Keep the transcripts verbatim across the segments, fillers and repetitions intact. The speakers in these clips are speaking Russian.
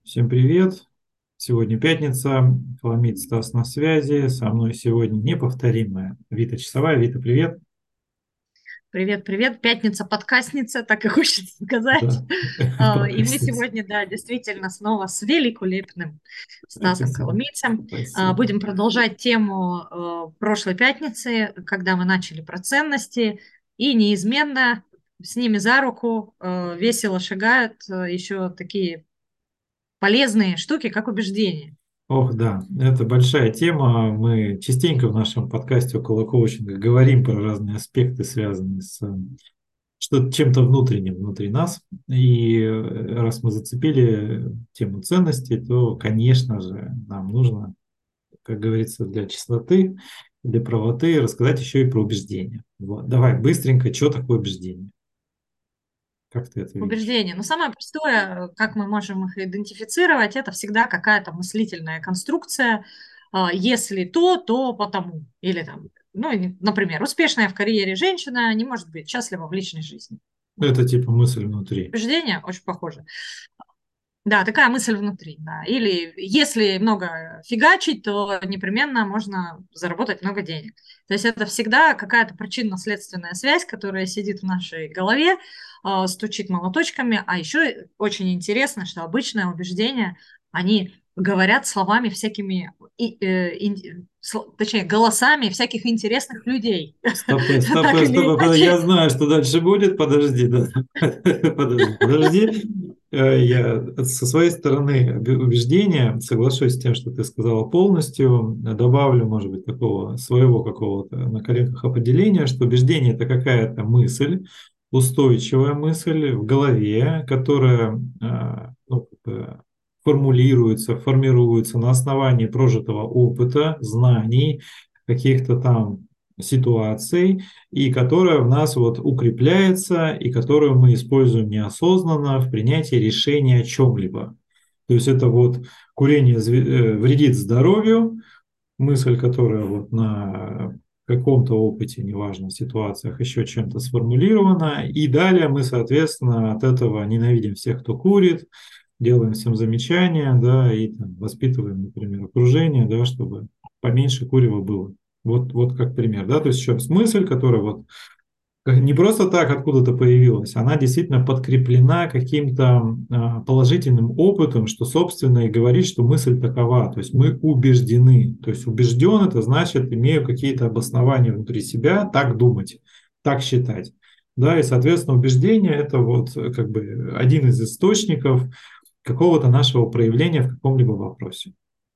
Всем привет! Сегодня пятница, Фоломит Стас на связи. Со мной сегодня неповторимая Вита Часовая. Вита, привет! Привет, привет. Пятница подкастница, так и хочется сказать. Да, А, И мы подкастница. сегодня, да, действительно снова с великолепным Стасом Спасибо. Коломийцем а, Спасибо. будем продолжать тему а, прошлой пятницы, когда мы начали про ценности, и неизменно с ними за руку а, весело шагают а, еще такие полезные штуки, как убеждения. Ох, да, это большая тема. Мы частенько в нашем подкасте около коучинга говорим про разные аспекты, связанные с э, что чем-то внутренним внутри нас. И э, раз мы зацепили тему ценностей, то, конечно же, нам нужно, как говорится, для чистоты, для правоты, рассказать еще и про убеждения. Вот. Давай быстренько, что такое убеждение? Как ты это видишь? Убеждения. Но самое простое, как мы можем их идентифицировать, это всегда какая-то мыслительная конструкция. А, Если то, то потому. Или там, ну, и, например, успешная в карьере женщина не может быть счастлива в личной жизни. Вот. Это типа мысль внутри. Убеждение очень похоже. Да, такая мысль внутри, да. Или если много фигачить, то непременно можно заработать много денег. То есть это всегда какая-то причинно-следственная связь, которая сидит в нашей голове, э, стучит молоточками. А еще очень интересно, что обычное убеждение, они говорят словами всякими, и, э, ин- сл- точнее, голосами всяких интересных людей. Стоп, э, стоп, Так э, или стоп, э, иначе. я знаю, что дальше будет. Подожди, да. Подожди, подожди. Э, Я со своей стороны обе- убеждения соглашусь с тем, что ты сказала полностью. Добавлю, может быть, такого своего какого-то на коленках определения, что убеждение – это какая-то мысль, устойчивая мысль в голове, которая а, ну, как бы формулируется, формируется на основании прожитого опыта, знаний, каких-то там ситуаций, и которая в нас вот укрепляется, и которую мы используем неосознанно в принятии решения о чем-либо. То есть это вот курение зв- э, вредит здоровью, мысль, которая вот на каком-то опыте, неважно, ситуациях еще чем-то сформулирована, и далее мы, соответственно, от этого ненавидим всех, кто курит, делаем всем замечания, да, и там, воспитываем, например, окружение, да, чтобы поменьше курева было. Вот, вот как пример, да, то есть еще раз мысль, которая вот не просто так откуда-то появилась, она действительно подкреплена каким-то а, положительным опытом, что, собственно, и говорит, что мысль такова. То есть мы убеждены. То есть убежден – это значит, имею какие-то обоснования внутри себя так думать, так считать. Да, и, соответственно, убеждение – это вот э, как бы один из источников какого-то нашего проявления в каком-либо вопросе.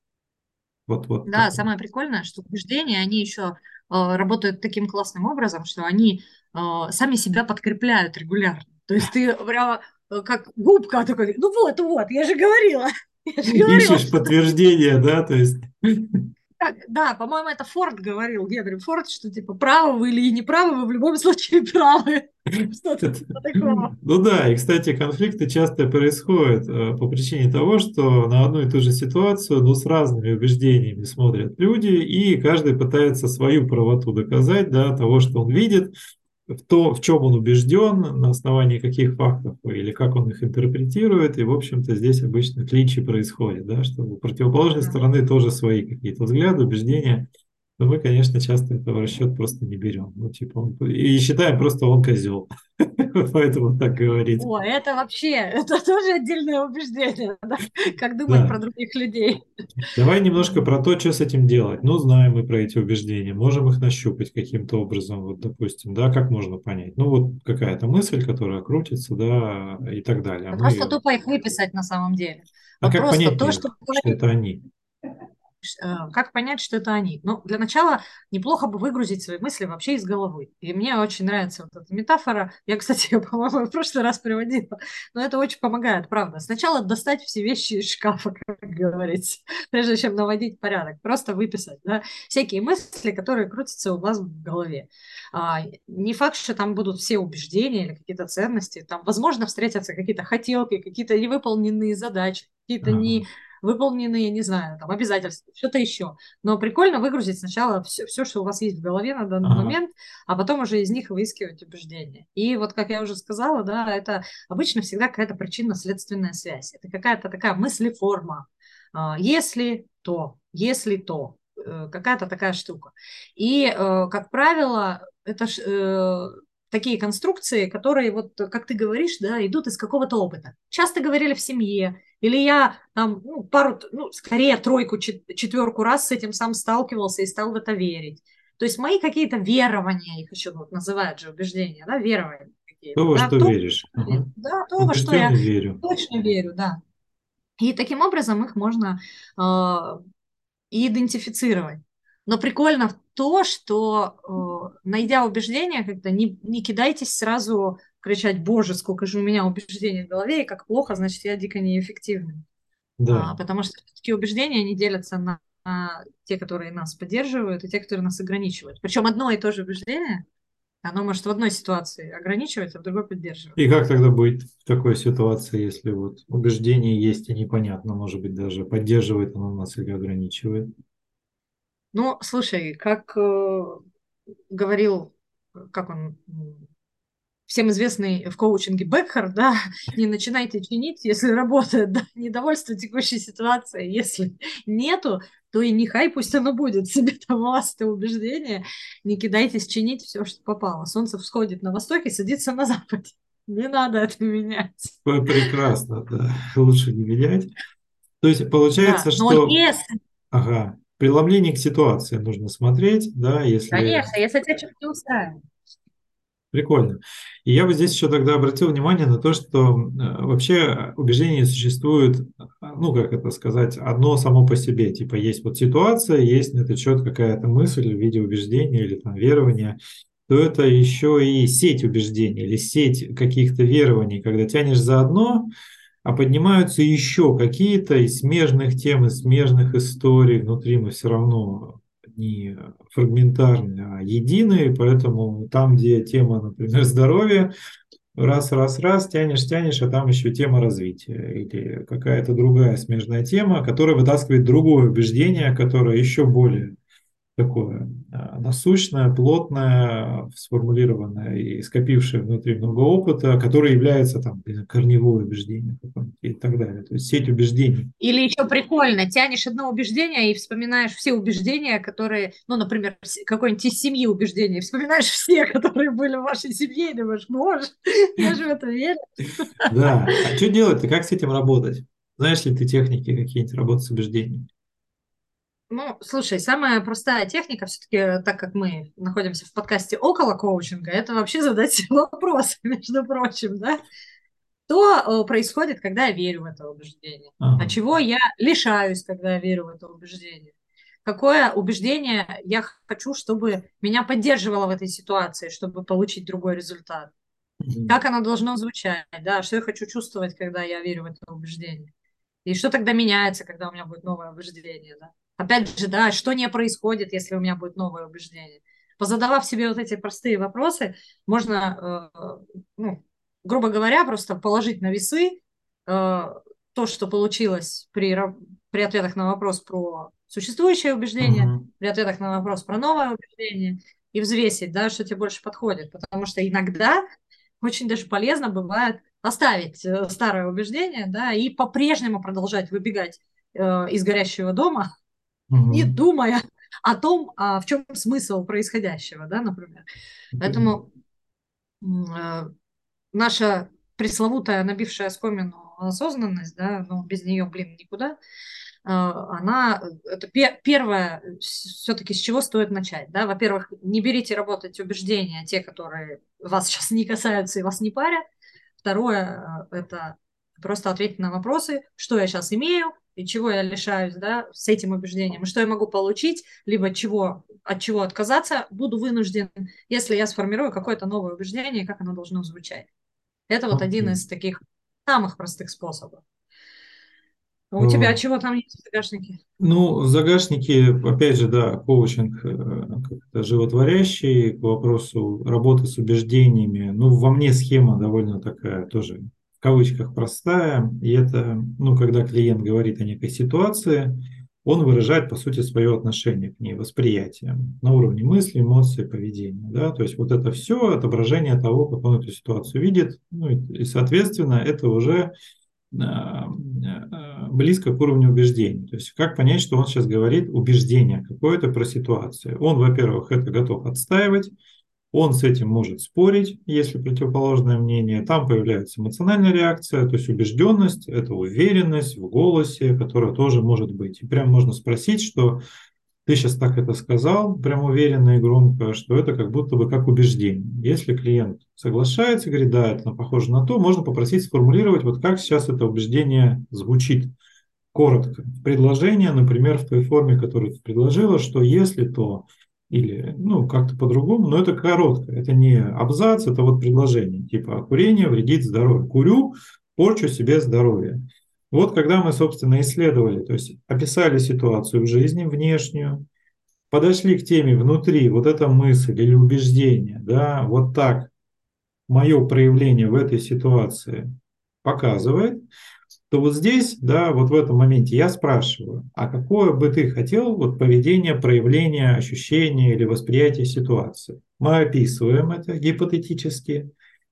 Вот, вот Да, такое. самое прикольное, что убеждения, они еще э, работают таким классным образом, что они э, сами себя подкрепляют регулярно. То есть ты прямо э, как губка такой, ну вот, вот, я же говорила, я же говорила, Ищешь что так. подтверждение, да, то есть Так, да, по-моему, это Форд говорил, Генри Форд, что типа правы вы или не правы, вы в любом случае правы. Что-то Это- типа такого. Ну да, и, кстати, конфликты часто происходят э, по причине того, что на одну и ту же ситуацию, но с разными убеждениями смотрят люди, и каждый пытается свою правоту доказать, да, того, что он видит, в то, в чем он убежден, на основании каких фактов или как он их интерпретирует, и, в общем-то, здесь обычно клинчи происходят, да, что у противоположной Да. стороны тоже свои какие-то взгляды, убеждения, но мы, конечно, часто этого в расчет просто не берем. Ну, типа, он- и считаем просто он козел. Поэтому так говорит. О, это вообще, это тоже отдельное убеждение, да? Как думать Да. про других людей. Давай немножко М. про то, что с этим делать. Ну, знаем мы про эти убеждения, можем их нащупать каким-то образом, вот, допустим, да, как можно понять? Ну, вот какая-то мысль, которая крутится, да, и так далее. А Да мы просто ее... тупо их выписать на самом деле. А Вот как просто понять то, мне, что что говорит. это они? Э, Как понять, что это они? Ну, для начала неплохо бы выгрузить свои мысли вообще из головы. И мне очень нравится вот эта метафора. Я, кстати, ее, по-моему, в прошлый раз приводила. Но это очень помогает, правда. Сначала достать все вещи из шкафа, как говорится, прежде чем наводить порядок. Просто выписать, да, всякие мысли, которые крутятся у вас в голове. А, не факт, что там будут все убеждения или какие-то ценности. Там, возможно, встретятся какие-то хотелки, какие-то невыполненные задачи, какие-то Ага. не выполнены, я не знаю, там, обязательства, что-то еще. Но прикольно выгрузить сначала все, все, что у вас есть в голове на данный Ага. момент, а потом уже из них выискивать убеждения. И вот, как я уже сказала, да, это обычно всегда какая-то причинно-следственная связь. Это какая-то такая мыслеформа. А, Если то, если то, э, какая-то такая штука. И, э, как правило, это ж, э, такие конструкции, которые, вот, как ты говоришь, да, идут из какого-то опыта. Часто говорили в семье, или я там ну, пару, ну, скорее тройку, чет- четверку раз с этим сам сталкивался и стал в это верить. То есть мои какие-то верования, их еще вот называют же убеждения, да, верования То, какие-то, во да, что то, веришь. Ага. да, то, во что Убежден и я верю. точно верю, да. И таким образом их можно э, и идентифицировать. Но прикольно в то, что, э, найдя убеждения, как-то не, не кидайтесь сразу кричать, боже, сколько же у меня убеждений в голове, и как плохо, значит, я дико неэффективный. Да. А, потому что такие убеждения, они делятся на, на те, которые нас поддерживают, и те, которые нас ограничивают. Причем одно и то же убеждение, оно может в одной ситуации ограничивать, а в другой поддерживать. И как тогда быть в такой ситуации, если вот убеждение есть и непонятно, может быть, даже поддерживает оно нас или ограничивает? Ну, слушай, как э, говорил, как он, всем известный в коучинге Бекхар, да, не начинайте чинить, если работает, да, недовольство текущей ситуацией, если нету, то и нехай пусть оно будет, себе там у вас это убеждение, не кидайтесь чинить все, что попало. Солнце всходит на востоке, садится на западе. Не надо это менять. П- Прекрасно, да. Лучше не менять. То есть получается, Да, но что, если, ага, преломление к ситуации нужно смотреть, да, если конечно, если тебя что-то не устраивает. прикольно. И я бы здесь еще тогда обратил внимание на то, что э, вообще убеждение не существует, э, ну, как это сказать, одно само по себе. Типа есть вот ситуация, есть на этот счет какая-то мысль в виде убеждения или там верования, то это еще и сеть убеждений или сеть каких-то верований, когда тянешь за одно, а поднимаются еще какие-то из смежных тем, из смежных историй. Внутри мы все равно не фрагментарны, а единые, поэтому там, где тема, например, здоровья, раз, раз, раз, тянешь, тянешь, а там еще тема развития или какая-то другая смежная тема, которая вытаскивает другое убеждение, которое еще более такое а, насущное, плотное, сформулированное и скопившее внутри много опыта, которое является там не знаю, корневое убеждение какое-нибудь и так далее. То есть сеть убеждений. Или еще прикольно, тянешь одно убеждение и вспоминаешь все убеждения, которые, ну, например, с- какой-нибудь из семьи убеждений, вспоминаешь все, которые были в вашей семье, и думаешь, боже, я же в это верю. Да, а что делать-то, как с этим работать? Знаешь ли ты техники какие-нибудь работы с убеждениями? Ну, слушай, самая простая техника, все-таки, так как мы находимся в подкасте около коучинга, это вообще задать себе вопрос, между прочим, да? Что э, происходит, когда я верю в это убеждение? А Ага. чего я лишаюсь, когда я верю в это убеждение? Какое убеждение я хочу, чтобы меня поддерживало в этой ситуации, чтобы получить другой результат? Мгм. Как оно должно звучать, да? Что я хочу чувствовать, когда я верю в это убеждение? И что тогда меняется, когда у меня будет новое убеждение, да? Опять же, да, что не происходит, если у меня будет новое убеждение? Позадавав себе вот эти простые вопросы, можно, э, ну, грубо говоря, просто положить на весы э, то, что получилось при, ра- при ответах на вопрос про существующее убеждение, Мгм. при ответах на вопрос про новое убеждение, и взвесить, да, что тебе больше подходит. Потому что иногда очень даже полезно бывает оставить э, старое убеждение, да, и по-прежнему продолжать выбегать э, из горящего дома, не Мгм. думая о том, а, в чем смысл происходящего, да, например. Понимаю. Поэтому м, э, наша пресловутая набившая оскомину осознанность, да, ну, без нее, блин, никуда, э, она, э, это пе- первое, все-таки с чего стоит начать, да, во-первых, не берите работать убеждения, те, которые вас сейчас не касаются и вас не парят. Второе, э, это просто ответить на вопросы, что я сейчас имею и чего я лишаюсь, да, с этим убеждением, и что я могу получить, либо чего, от чего отказаться буду вынужден, если я сформирую какое-то новое убеждение, как оно должно звучать. Это вот один Окей. из таких самых простых способов. А у тебя Э, чего там есть в загашнике? Ну, в загашнике, опять же, да, коучинг э, как-то животворящий к вопросу работы с убеждениями. Ну, во мне схема довольно такая тоже кавычках простая, и это, ну, когда клиент говорит о некой ситуации, он выражает, по сути, свое отношение к ней, восприятие на уровне мысли, эмоций, поведения. Да? То есть вот это все отображение того, как он эту ситуацию видит, ну, и, и, соответственно, это уже а, а, близко к уровню убеждений. То есть как понять, что он сейчас говорит убеждение какое-то про ситуацию. Он, во-первых, это готов отстаивать, он с этим может спорить, если противоположное мнение. Там появляется эмоциональная реакция, то есть убежденность, это уверенность в голосе, которая тоже может быть. И прям можно спросить, что ты сейчас так это сказал, прям уверенно и громко, что это как будто бы как убеждение. Если клиент соглашается, говорит, да, это похоже на то, можно попросить сформулировать, вот как сейчас это убеждение звучит коротко. Предложение, например, в той форме, которую ты предложила, что если то, или ну как-то по-другому, но это коротко, это не абзац, это вот предложение, типа курение вредит здоровью. Курю, порчу себе здоровье. Вот когда мы, собственно, исследовали, то есть описали ситуацию в жизни внешнюю, подошли к теме внутри, вот эта мысль или убеждение, да, вот так мое проявление в этой ситуации показывает, то вот здесь, да, вот в этом моменте я спрашиваю, а какое бы ты хотел вот поведение, проявление, ощущение или восприятие ситуации? Мы описываем это гипотетически,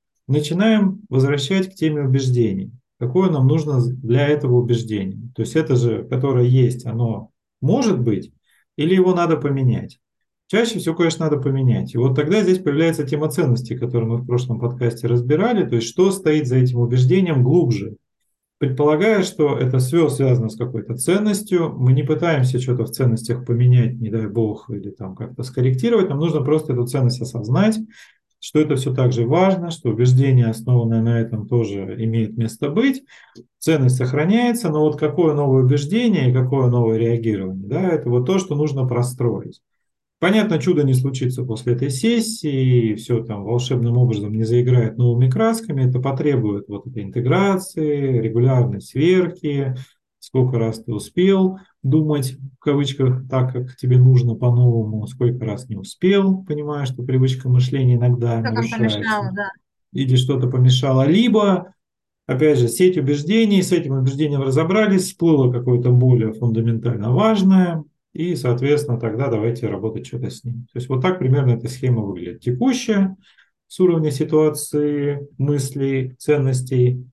начинаем возвращать к теме убеждений. Какое нам нужно для этого убеждение? То есть это же, которое есть, оно может быть или его надо поменять? Чаще всего, конечно, надо поменять. И вот тогда здесь появляется тема ценностей, которую мы в прошлом подкасте разбирали, то есть что стоит за этим убеждением глубже. Предполагая, что это все связано с какой-то ценностью, мы не пытаемся что-то в ценностях поменять, не дай бог, или там как-то скорректировать, нам нужно просто эту ценность осознать, что это все так же важно, что убеждение, основанное на этом, тоже имеет место быть, ценность сохраняется, но вот какое новое убеждение и какое новое реагирование, да, это вот то, что нужно простроить. Понятно, чудо не случится после этой сессии, и все там волшебным образом не заиграет новыми красками. Это потребует вот этой интеграции, регулярной сверки, сколько раз ты успел думать, в кавычках, так, как тебе нужно по-новому, сколько раз не успел, понимая, что привычка мышления иногда Что там нарушается, помешало, да. или что-то помешало, либо опять же, сеть убеждений, с этим убеждением разобрались, всплыло какое-то более фундаментально важное, и, соответственно, тогда давайте работать что-то с ним. То есть вот так примерно эта схема выглядит. Текущая, с уровня ситуации, мыслей, ценностей,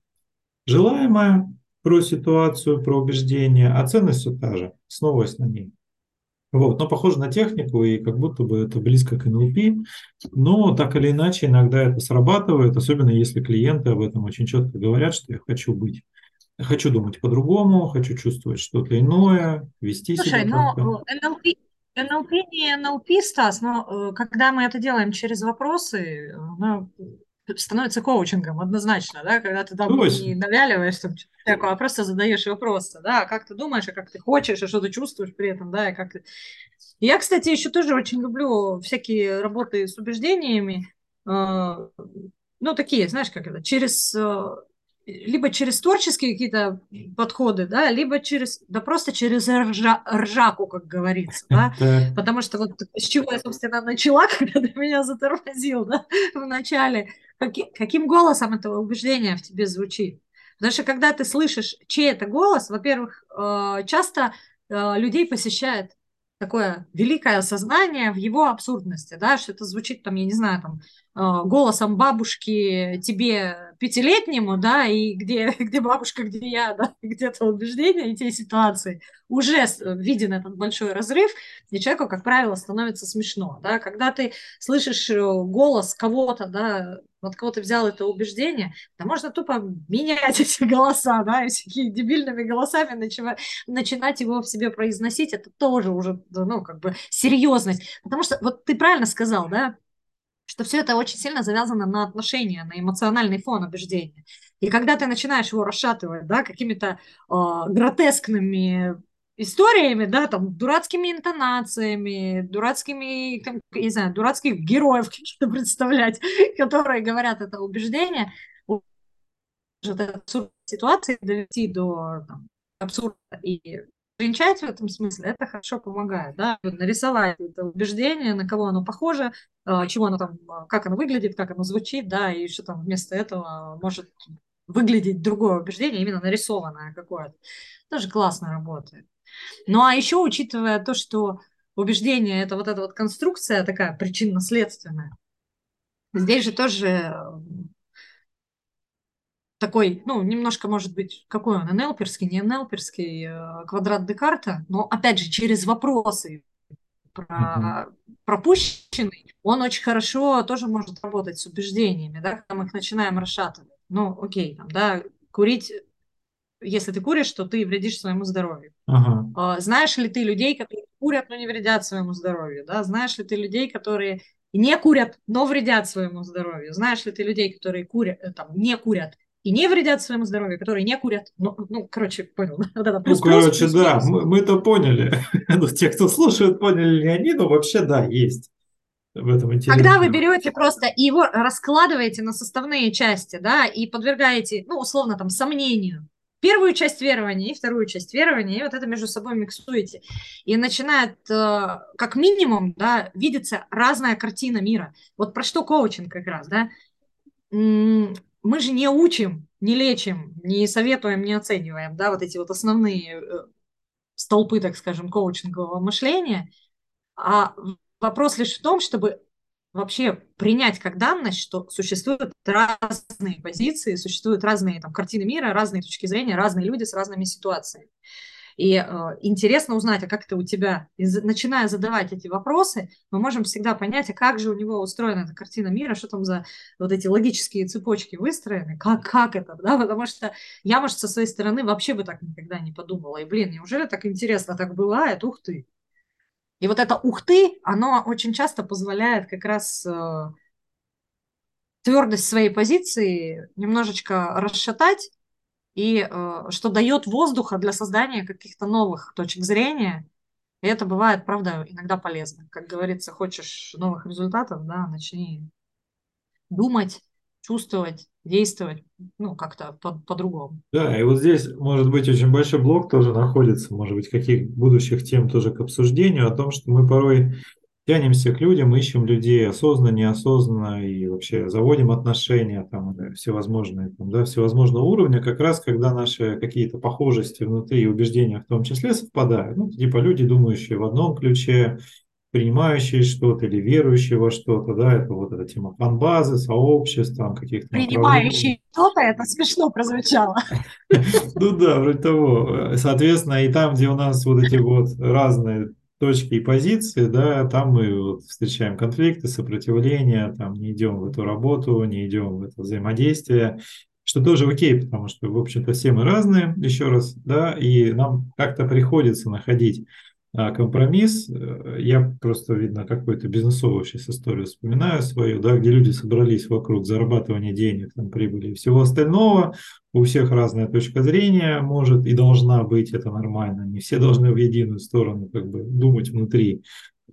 желаемая про ситуацию, про убеждение, а ценность все та же, основываясь на ней. Вот, но похоже на технику, и как будто бы это близко к эн эл пи, но так или иначе иногда это срабатывает, особенно если клиенты об этом очень четко говорят, что я хочу быть, хочу думать по-другому, хочу чувствовать что-то иное, вести себя Слушай, ну, как-то. э, эн эл пи, эн эл пи не эн эл пи, Стас, но э, когда мы это делаем через вопросы, э, ну, становится коучингом однозначно, да, когда ты там Точно. не навяливаешь там человеку, а просто задаешь вопросы, да, а как ты думаешь, а как ты хочешь, а что ты чувствуешь при этом, да, и как ты... Я, кстати, еще тоже очень люблю всякие работы с убеждениями, э, ну, такие, знаешь, как это, через э, либо через творческие какие-то подходы, да, либо через, да просто через ржа, ржаку, как говорится, да, Так, потому что вот с чего я, собственно, начала, когда ты меня затормозил, да, в начале, Каки- каким голосом это убеждение в тебе звучит. Потому что когда ты слышишь чей-то голос, во-первых, э, часто э, людей посещает такое великое осознание в его абсурдности, да, что это звучит там, я не знаю, там, э, голосом бабушки тебе пятилетнему, да, и где, где бабушка, где я, да, и где-то убеждения и те ситуации, уже с- виден этот большой разрыв, и человеку, как правило, становится смешно, да, когда ты слышишь э, голос кого-то, да, от кого ты взял это убеждение, да можно тупо менять эти голоса, да, и всякими дебильными голосами начинать, начинать его в себе произносить, это тоже уже, ну, как бы серьезность, потому что вот ты правильно сказал, да, что все это очень сильно завязано на отношения, на эмоциональный фон убеждения. И когда ты начинаешь его расшатывать, да, какими-то э, гротескными историями, да, там, дурацкими интонациями, дурацкими, там, не знаю, дурацких героев каких-то представлять, которые говорят это убеждение, может от абсурдной ситуации довести до там, абсурда и венчать в этом смысле, это хорошо помогает, да, вот нарисовать это убеждение, на кого оно похоже, а, чего оно там, а, как оно выглядит, как оно звучит, да, и что там вместо этого может выглядеть другое убеждение, именно нарисованное какое-то. Тоже классно работает. Ну, а еще, учитывая то, что убеждение – это вот эта вот конструкция такая причинно-следственная, здесь же тоже э, такой, ну, немножко, может быть, какой он, эн эл перский, не эн эл перский, э, квадрат Декарта, но, опять же, через вопросы Мгм. про пропущенный, он очень хорошо тоже может работать с убеждениями, да, когда мы их начинаем расшатывать. Ну, окей, там, да, курить, если ты куришь, то ты вредишь своему здоровью. Ага. А, знаешь ли ты людей, которые курят, но не вредят своему здоровью, да? Знаешь ли ты людей, которые не курят, но вредят своему здоровью? Знаешь ли ты людей, которые курят, э, там, не курят и не вредят своему здоровью, которые не курят, ну, ну короче, понял, да? Вот это Ну, плюс-плюс, короче, да, плюс-минус. мы, мы-то поняли. Ну, те, кто слушают, поняли ли они, но вообще, да, есть в этом Когда вы интересно. берете просто и его раскладываете на составные части, да, и подвергаете, ну, условно, там, сомнению, первую часть верования и вторую часть верования, и вот это между собой миксуете. И начинает, э, как минимум, да, видеться разная картина мира. Вот про что коучинг как раз, да. М, Мы же не учим, не лечим, не советуем, не оцениваем, да, вот эти вот основные э, столпы, так скажем, коучингового мышления, а вопрос лишь в том, чтобы вообще принять как данность, что существуют разные позиции, существуют разные там, картины мира, разные точки зрения, разные люди с разными ситуациями. И э, интересно узнать, а как это у тебя. И за- начиная задавать эти вопросы, мы можем всегда понять, а как же у него устроена эта картина мира, что там за вот эти логические цепочки выстроены, как, как это, да, потому что я, может, со своей стороны вообще бы так никогда не подумала. И, блин, неужели так интересно так бывает? Ух ты! И вот это «ух ты», оно очень часто позволяет как раз э, твердость своей позиции немножечко расшатать, и э, что дает воздуха для создания каких-то новых точек зрения. И это бывает, правда, иногда полезно. Как говорится, хочешь новых результатов, да, начни думать, чувствовать, действовать, ну, как-то по- по-другому. Да, и вот здесь, может быть, очень большой блок тоже находится, может быть, каких будущих тем тоже к обсуждению, о том, что мы порой тянемся к людям, ищем людей осознанно, неосознанно и вообще заводим отношения там, да, всевозможные, там, да, всевозможного уровня, как раз когда наши какие-то похожести внутри и убеждения в том числе совпадают. Ну, типа люди, думающие в одном ключе, принимающие что-то или верующие во что-то, да, это вот эта тема фан-базы, сообществ, там, каких-то направлений. Принимающий что-то, это смешно прозвучало. Ну да, вроде того. Соответственно, и там, где у нас вот эти вот разные точки и позиции, да, там мы вот встречаем конфликты, сопротивления, там не идем в эту работу, не идем в это взаимодействие, что тоже окей, потому что, в общем-то, все мы разные, еще раз, да, и нам как-то приходится находить а, компромисс. Э, Я просто, видно, какую-то бизнесовую сейчас историю вспоминаю свою, да, где люди собрались вокруг зарабатывания денег, там, прибыли и всего остального, у всех разная точка зрения может и должна быть, это нормально. Не все должны в единую сторону как бы думать внутри.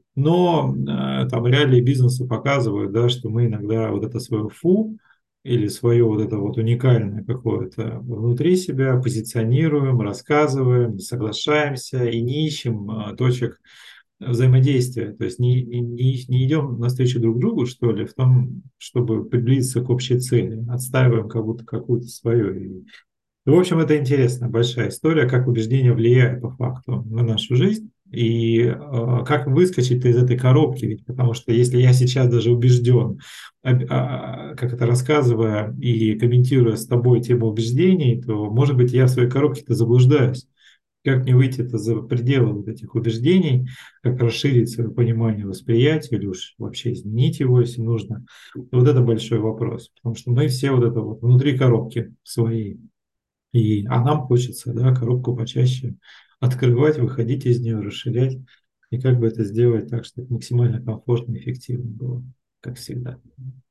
Но э, там реалии бизнеса показывают, да, что мы иногда вот это свое фу или свое вот это вот уникальное какое-то внутри себя позиционируем, рассказываем, не соглашаемся и не ищем э, точек взаимодействия. То есть не, не, не не идем навстречу друг другу, что ли, в том, чтобы приблизиться к общей цели. Отстаиваем как будто какую-то свою. И, в общем, это интересная большая история, как убеждение влияет по факту на нашу жизнь. И э, как выскочить из этой коробки, ведь потому что если я сейчас даже убежден, об- а, как это рассказывая и комментируя с тобой тему убеждений, то, может быть, я в своей коробке-то заблуждаюсь. Как мне выйти это за пределы вот этих убеждений, как расширить свое понимание восприятия или уж вообще изменить его, если нужно. Вот это большой вопрос, потому что мы все вот это вот внутри коробки своей. И, а нам хочется, да, коробку почаще открывать, выходить из нее, расширять. И как бы это сделать так, чтобы максимально комфортно и эффективно было, как всегда.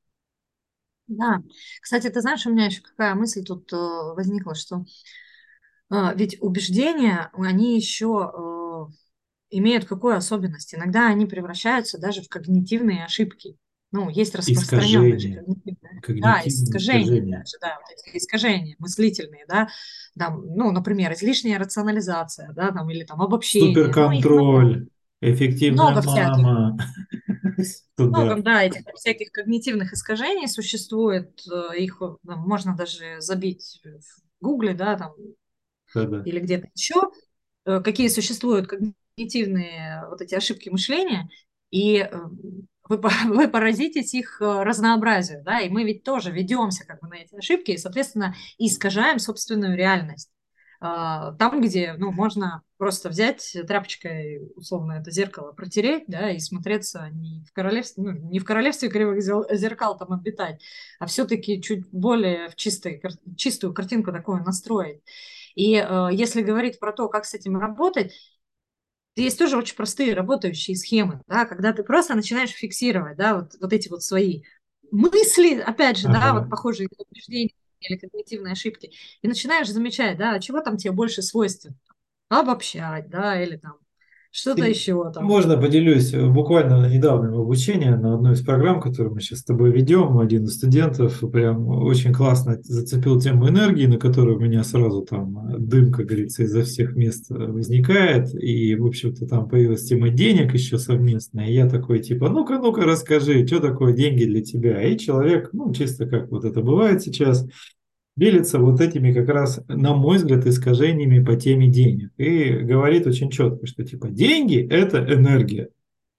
Да. Кстати, ты знаешь, у меня еще какая мысль тут э, возникла, что э, ведь убеждения, они еще имеют какую особенность? Иногда они превращаются даже в когнитивные ошибки. Ну, есть распространенные же Искажение, когнитивные, да, когнитивное искажения искажение, даже, да, вот эти искажения мыслительные, да, там, ну, например, излишняя рационализация, да, там, или там обобщение, ну, их много. суперконтроль. Эффективная Много всяких. мама. Туда. Много, да, этих всяких когнитивных искажений существует. э, Их э, ну, можно даже забить в Гугле, да, там, Да-да. или где-то еще, э, какие существуют когнитивные вот эти ошибки мышления, и э, вы, по- вы поразитесь их э, разнообразию, да, и мы ведь тоже ведемся как бы на эти ошибки, и, соответственно, искажаем собственную реальность. А, Там, где, ну, можно просто взять тряпочкой, условно, это зеркало, протереть, да, и смотреться не в королевстве, ну, не в королевстве кривых зел- зеркал там обитать, а все-таки чуть более в чистой, кар- чистую картинку такую настроить. И э, если говорить про то, как с этим работать, есть тоже очень простые работающие схемы, да, когда ты просто начинаешь фиксировать, да, вот, вот эти вот свои мысли, опять же, да, вот Ага. похожие на убеждения или когнитивные ошибки, и начинаешь замечать, да, а чего там тебе больше свойственно, обобщать, да, или там что-то И еще там. можно поделюсь, э, буквально на недавнем обучении на одной из программ, которую мы сейчас с тобой ведем, один из студентов прям очень классно зацепил тему энергии, на которую у меня сразу там э, дым, как говорится, изо всех мест э, возникает, и, в общем-то, там появилась тема денег еще совместная, и я такой, типа, ну-ка, ну-ка, расскажи, что такое деньги для тебя, и человек, ну, чисто как вот это бывает сейчас, делится вот этими как раз, на мой взгляд, искажениями по теме денег. И говорит очень четко, что типа деньги– это энергия.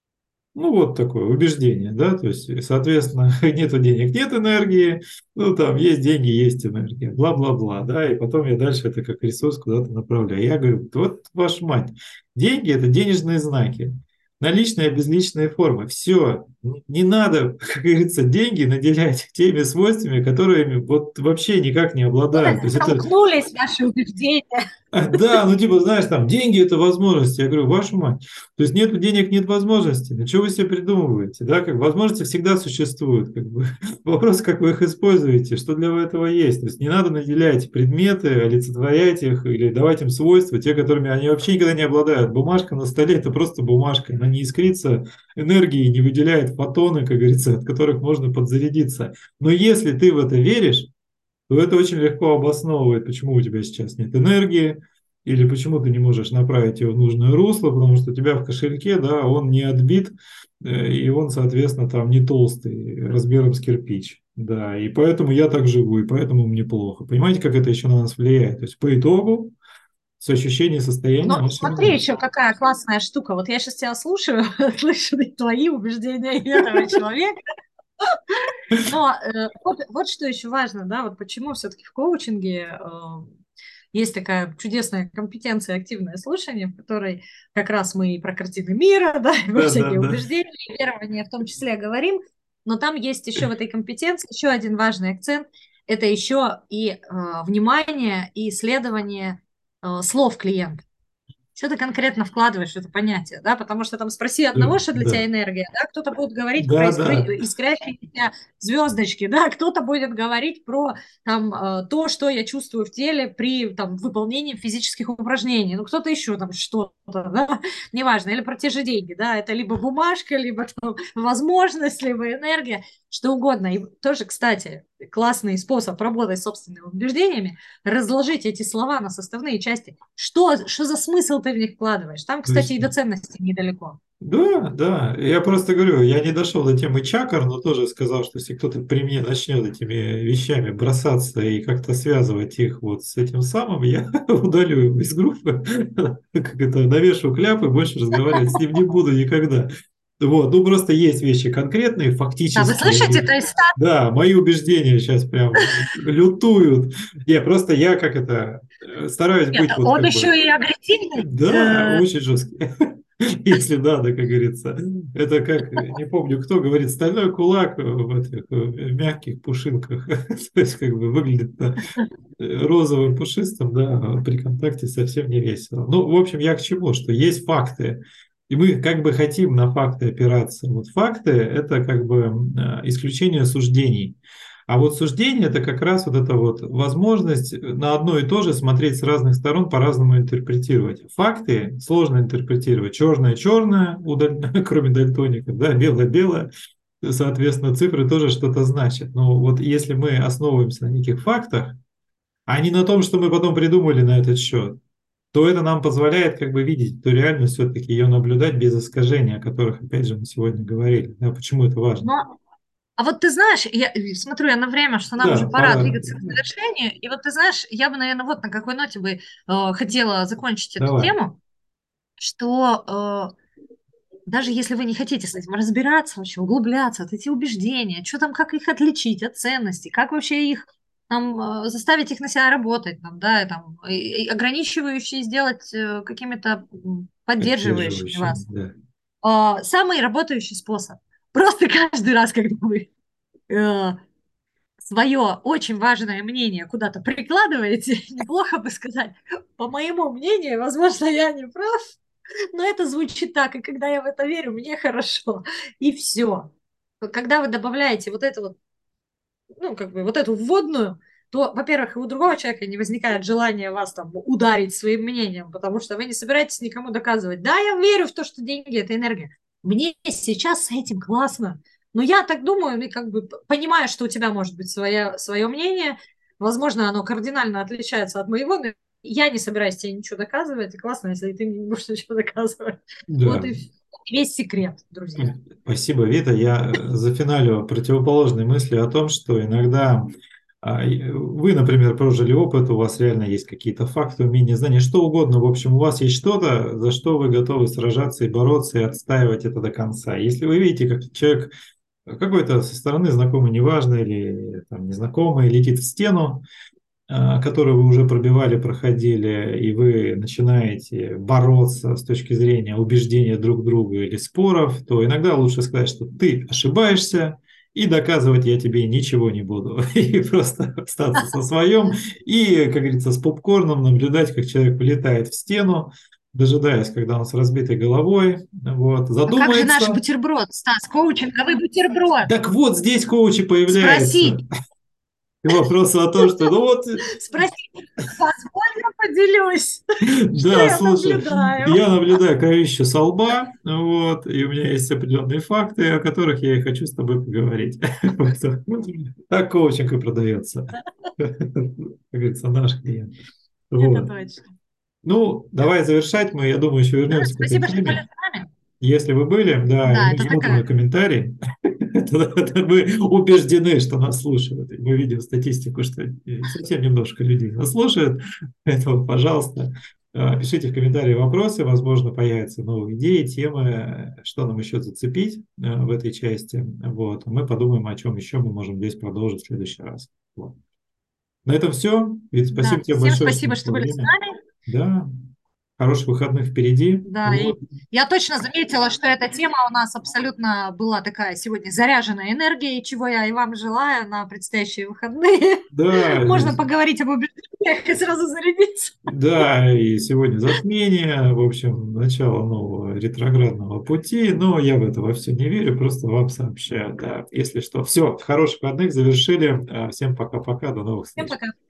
Ну, вот такое убеждение, да, то есть, соответственно, нету денег, нет энергии, ну, там есть деньги, есть энергия, бла-бла-бла, да, и потом я дальше это как ресурс куда-то направляю. Я говорю, вот ваша мать, деньги– это денежные знаки, наличные, безличные формы, все, не надо, как говорится, деньги наделять теми свойствами, которыми вот вообще никак не обладают, то есть это Сомкнулись наши убеждения. а, да, ну типа, знаешь, там, деньги– это возможности. Я говорю, вашу мать. То есть нет денег, нет возможностей. Ну что вы себе придумываете? Да, как возможности всегда существуют. Как бы. Вопрос, как вы их используете, что для этого есть. То есть не надо наделять предметы, олицетворять их или давать им свойства, те, которыми они вообще никогда не обладают. Бумажка на столе– это просто бумажка. Она не искрится энергией, не выделяет фотоны, как говорится, от которых можно подзарядиться. Но если ты в это веришь, то это очень легко обосновывает, почему у тебя сейчас нет энергии, или почему ты не можешь направить ее в нужное русло, потому что у тебя в кошельке, да, он не отбит, э, и он, соответственно, там не толстый, размером с кирпич. Да, и поэтому я так живу, и поэтому мне плохо. Понимаете, как это еще на нас влияет? То есть по итогу с ощущением состояния Но наше смотри меняется. еще какая классная штука. Вот я сейчас тебя слушаю, слышу и твои убеждения и этого человека. Но э, вот, вот что еще важно, да, вот почему все-таки в коучинге э, есть такая чудесная компетенция активное слушание, в которой как раз мы и про картины мира, да, и про Да, да, всякие да. убеждения, и верования в том числе говорим, но там есть еще в этой компетенции еще один важный акцент, это еще и э, внимание и исследование э, слов клиента. Что ты конкретно вкладываешь в это понятие, да, потому что там спроси Да, одного, что для тебя да, энергия, да, кто-то будет говорить про да, искры, да. искрящиеся звездочки, да, кто-то будет говорить про там э, то, что я чувствую в теле при там выполнении физических упражнений, ну кто-то еще там что-то, да, неважно, или про те же деньги, да, это либо бумажка, либо там возможность, либо энергия, что угодно. И тоже, кстати, классный способ работать с собственными убеждениями, разложить эти слова на составные части. Что, что за смысл ты в них вкладываешь? Там, кстати, и Точно. до ценности недалеко. Да, да. Я просто говорю, я не дошел до темы чакр, но тоже сказал, что если кто-то при мне начнет этими вещами бросаться и как-то связывать их вот с этим самым, я удалю его из группы, как это, навешу кляп и больше разговаривать с ним не буду никогда. Вот, ну просто есть вещи конкретные, Да, вы слышите? фактические. То есть Да, мои убеждения сейчас прям лютуют. Я просто, я как это, э, стараюсь нет, быть вот он как еще бы и агрессивный. да, Э, очень жесткий. Если надо, как говорится. Это как, не помню, кто говорит, стальной кулак в этих в мягких пушинках. То есть, как бы выглядит да, розовым пушистым, да, а при контакте совсем не весело. Ну, в общем, я к чему? Что есть факты. И мы как бы хотим на факты опираться. Вот факты– это как бы э, исключение суждений. А вот суждение– это как раз вот эта вот возможность на одно и то же смотреть с разных сторон, по-разному интерпретировать. Факты сложно интерпретировать. Черное-черное, у даль- кроме дальтоников, да, белое-белое. Соответственно, цифры тоже что-то значат. Но вот если мы основываемся на неких фактах, а не на том, что мы потом придумали на этот счет, то это нам позволяет как бы видеть эту реальность, все-таки ее наблюдать без искажений, о которых, опять же, мы сегодня говорили. Да, почему это важно? Но, а вот ты знаешь, я э, смотрю я на время, что нам уже Да, пора пора. двигаться к завершению, и вот ты знаешь, я бы, наверное, вот на какой ноте бы э, хотела закончить эту Давай. тему, что э, даже если вы не хотите с этим разбираться, вообще углубляться, вот эти убеждения, что там, как их отличить от ценностей, как вообще их там, э, заставить их на себя работать, там, да, и, там, и- и ограничивающие сделать э, какими-то м, поддерживающими Поддерживающий, вас. да. А, самый работающий способ. Просто каждый раз, когда вы э, свое очень важное мнение куда-то прикладываете, неплохо бы сказать, по моему мнению, возможно, я не прав, но это звучит так, и когда я в это верю, мне хорошо. И все. Когда вы добавляете вот это вот, ну, как бы вот эту вводную, то, во-первых, и у другого человека не возникает желания вас там ударить своим мнением, потому что вы не собираетесь никому доказывать. Да, я верю в то, что деньги– это энергия. Мне сейчас с этим классно. Но я так думаю, и как бы понимаю, что у тебя может быть свое, свое мнение. Возможно, оно кардинально отличается от моего, но я не собираюсь тебе ничего доказывать. И классно, если ты мне не будешь ничего доказывать. Вот Да. и весь секрет, друзья. Спасибо, Вита. Я э, зафиналю противоположной мыслью о том, что иногда а, и вы, например, прожили опыт, у вас реально есть какие-то факты, умения, знания, что угодно. В общем, у вас есть что-то, за что вы готовы сражаться и бороться, и отстаивать это до конца. Если вы видите, как человек какой-то со стороны знакомый, неважно, или там, незнакомый, летит в стену, а, которую вы уже пробивали, проходили, и вы начинаете бороться с точки зрения убеждения друг друга или споров, то иногда лучше сказать, что ты ошибаешься, и доказывать я тебе ничего не буду. И просто остаться со своем, и, как говорится, с попкорном наблюдать, как человек влетает в стену, дожидаясь, когда он с разбитой головой, вот, А как же наш задумается. бутерброд, Стас, коучинговый бутерброд? Так вот, здесь коучи Спроси, появляются. И вопрос о том, что ну вот спроси, позволь, поделюсь, что да, я слушай, наблюдаю. я наблюдаю кровище со лба, вот, и у меня есть определенные факты, о которых я и хочу с тобой поговорить. Вот. Так коучинг и продается. Как говорится, наш клиент. Это Вот. точно. Ну, давай завершать. Мы, я думаю, еще Да, вернемся к этой спасибо, что были теме. с нами. Если вы были, да, и Да, мы это смотрим на такая, комментарии, то то мы убеждены, что нас слушают. И мы видим статистику, что э, совсем немножко людей нас слушают. Поэтому, пожалуйста, э, пишите в комментарии вопросы. Возможно, появятся новые идеи, темы, э, что нам еще зацепить э, в этой части. Вот. Мы подумаем, о чем еще мы можем здесь продолжить в следующий раз. Вот. На этом все. Вид, да, спасибо тебе всем большое, что спасибо, что нашел были с время. нами. Да, хороших выходных впереди. Да, и Вот. я точно заметила, что эта тема у нас абсолютно была такая сегодня заряженная энергией, чего я и вам желаю на предстоящие выходные. Да, Можно поговорить об убеждениях и сразу зарядиться. да, и сегодня затмение, в общем, начало нового ретроградного пути, но я в это во все не верю, просто вам сообщаю, да, если что. Все, хороших выходных завершили. А, Всем пока-пока, до новых Всем встреч. пока.